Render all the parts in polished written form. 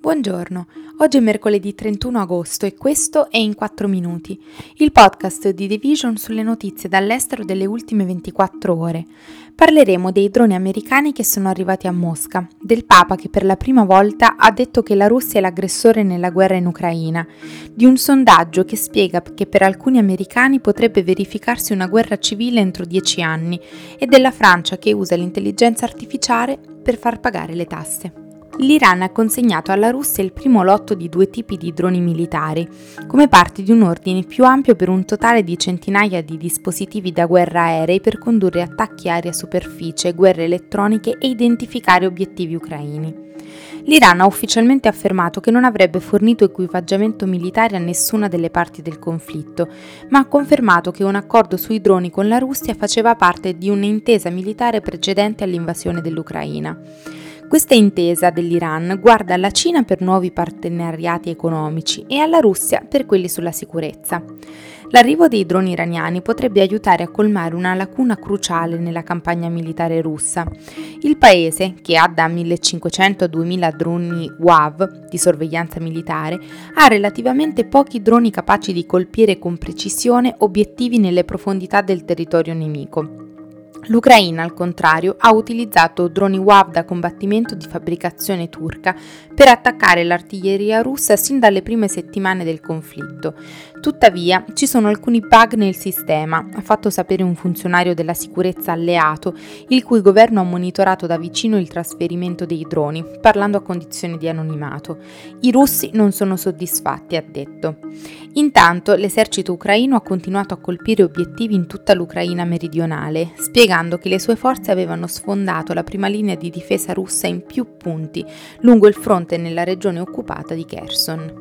Buongiorno, oggi è mercoledì 31 agosto e questo è In 4 Minuti, il podcast di The Vision sulle notizie dall'estero delle ultime 24 ore. Parleremo dei droni americani che sono arrivati a Mosca, del Papa che per la prima volta ha detto che la Russia è l'aggressore nella guerra in Ucraina, di un sondaggio che spiega che per alcuni americani potrebbe verificarsi una guerra civile entro 10 anni e della Francia che usa l'intelligenza artificiale per far pagare le tasse. L'Iran ha consegnato alla Russia il primo lotto di 2 tipi di droni militari, come parte di un ordine più ampio per un totale di centinaia di dispositivi da guerra aerei per condurre attacchi aria-superficie, guerre elettroniche e identificare obiettivi ucraini. L'Iran ha ufficialmente affermato che non avrebbe fornito equipaggiamento militare a nessuna delle parti del conflitto, ma ha confermato che un accordo sui droni con la Russia faceva parte di un'intesa militare precedente all'invasione dell'Ucraina. Questa intesa dell'Iran guarda alla Cina per nuovi partenariati economici e alla Russia per quelli sulla sicurezza. L'arrivo dei droni iraniani potrebbe aiutare a colmare una lacuna cruciale nella campagna militare russa. Il paese, che ha da 1500 a 2000 droni UAV di sorveglianza militare, ha relativamente pochi droni capaci di colpire con precisione obiettivi nelle profondità del territorio nemico. L'Ucraina, al contrario, ha utilizzato droni UAV da combattimento di fabbricazione turca per attaccare l'artiglieria russa sin dalle prime settimane del conflitto. Tuttavia, ci sono alcuni bug nel sistema, ha fatto sapere un funzionario della sicurezza alleato, il cui governo ha monitorato da vicino il trasferimento dei droni, parlando a condizioni di anonimato. I russi non sono soddisfatti, ha detto. Intanto, l'esercito ucraino ha continuato a colpire obiettivi in tutta l'Ucraina meridionale, spiegando che le sue forze avevano sfondato la prima linea di difesa russa in più punti lungo il fronte nella regione occupata di Kherson.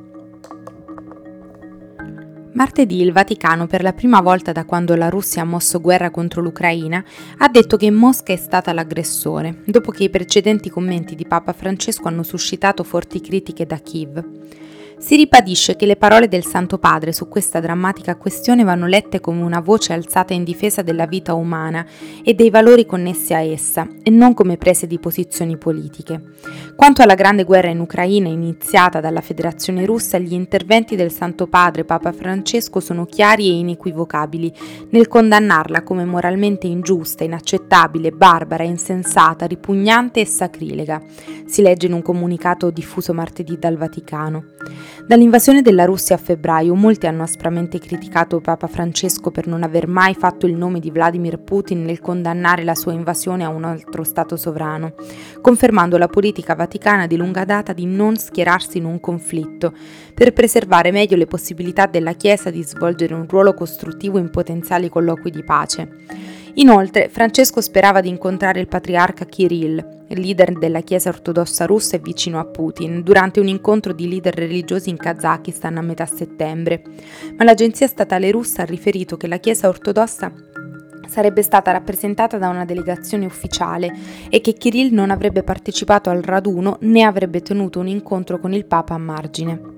Martedì il Vaticano, per la prima volta da quando la Russia ha mosso guerra contro l'Ucraina, ha detto che Mosca è stata l'aggressore, dopo che i precedenti commenti di Papa Francesco hanno suscitato forti critiche da Kiev. Si ribadisce che le parole del Santo Padre su questa drammatica questione vanno lette come una voce alzata in difesa della vita umana e dei valori connessi a essa, e non come prese di posizioni politiche. Quanto alla grande guerra in Ucraina iniziata dalla Federazione Russa, gli interventi del Santo Padre Papa Francesco sono chiari e inequivocabili nel condannarla come moralmente ingiusta, inaccettabile, barbara, insensata, ripugnante e sacrilega, si legge in un comunicato diffuso martedì dal Vaticano. Dall'invasione della Russia a febbraio, molti hanno aspramente criticato Papa Francesco per non aver mai fatto il nome di Vladimir Putin nel condannare la sua invasione a un altro Stato sovrano, confermando la politica vaticana di lunga data di non schierarsi in un conflitto, per preservare meglio le possibilità della Chiesa di svolgere un ruolo costruttivo in potenziali colloqui di pace. Inoltre, Francesco sperava di incontrare il patriarca Kirill, il leader della Chiesa ortodossa russa e vicino a Putin, durante un incontro di leader religiosi in Kazakistan a metà settembre, ma l'agenzia statale russa ha riferito che la Chiesa ortodossa sarebbe stata rappresentata da una delegazione ufficiale e che Kirill non avrebbe partecipato al raduno né avrebbe tenuto un incontro con il Papa a margine.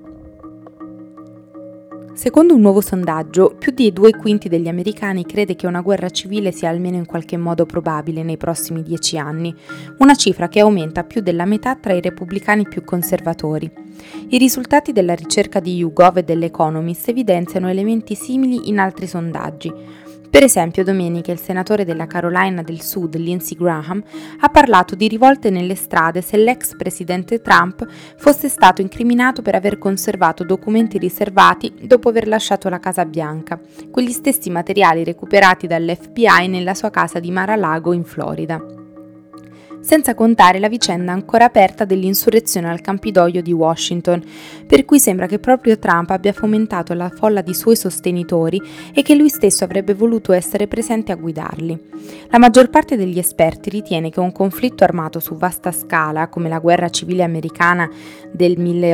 Secondo un nuovo sondaggio, più di 2/5 degli americani crede che una guerra civile sia almeno in qualche modo probabile nei prossimi 10 anni, una cifra che aumenta più della metà tra i repubblicani più conservatori. I risultati della ricerca di YouGov e dell'Economist evidenziano elementi simili in altri sondaggi. Per esempio, domenica il senatore della Carolina del Sud, Lindsey Graham, ha parlato di rivolte nelle strade se l'ex presidente Trump fosse stato incriminato per aver conservato documenti riservati dopo aver lasciato la Casa Bianca, quegli stessi materiali recuperati dall'FBI nella sua casa di Mar-a-Lago in Florida. Senza contare la vicenda ancora aperta dell'insurrezione al Campidoglio di Washington, per cui sembra che proprio Trump abbia fomentato la folla di suoi sostenitori e che lui stesso avrebbe voluto essere presente a guidarli. La maggior parte degli esperti ritiene che un conflitto armato su vasta scala, come la guerra civile americana del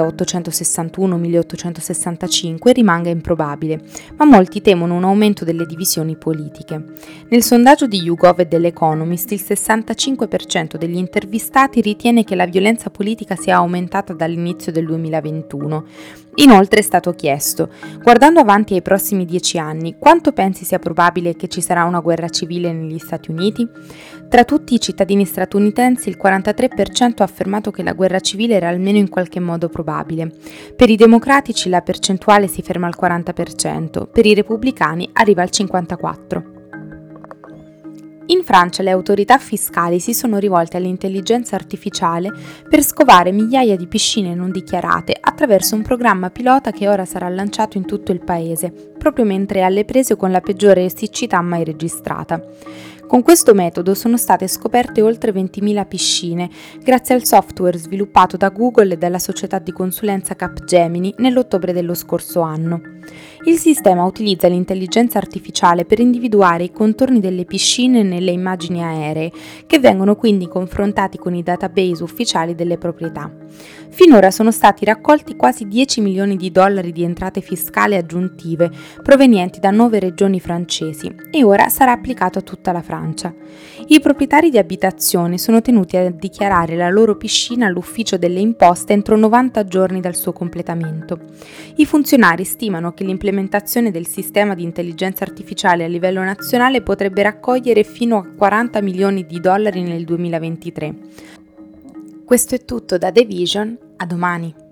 1861-1865, rimanga improbabile, ma molti temono un aumento delle divisioni politiche. Nel sondaggio di YouGov e dell'Economist, il 65% 60% degli intervistati ritiene che la violenza politica sia aumentata dall'inizio del 2021. Inoltre è stato chiesto: guardando avanti ai prossimi 10 anni, quanto pensi sia probabile che ci sarà una guerra civile negli Stati Uniti? Tra tutti i cittadini statunitensi il 43% ha affermato che la guerra civile era almeno in qualche modo probabile. Per i democratici la percentuale si ferma al 40%, per i repubblicani arriva al 54%. In Francia le autorità fiscali si sono rivolte all'intelligenza artificiale per scovare migliaia di piscine non dichiarate attraverso un programma pilota che ora sarà lanciato in tutto il paese, proprio mentre è alle prese con la peggiore siccità mai registrata. Con questo metodo sono state scoperte oltre 20.000 piscine, grazie al software sviluppato da Google e dalla società di consulenza Capgemini nell'ottobre dello scorso anno. Il sistema utilizza l'intelligenza artificiale per individuare i contorni delle piscine nelle immagini aeree, che vengono quindi confrontati con i database ufficiali delle proprietà. Finora sono stati raccolti quasi 10 milioni di dollari di entrate fiscali aggiuntive provenienti da 9 regioni francesi e ora sarà applicato a tutta la Francia. I proprietari di abitazioni sono tenuti a dichiarare la loro piscina all'ufficio delle imposte entro 90 giorni dal suo completamento. I funzionari stimano che l'implementazione del sistema di intelligenza artificiale a livello nazionale potrebbe raccogliere fino a 40 milioni di dollari nel 2023. Questo è tutto da The Vision, a domani.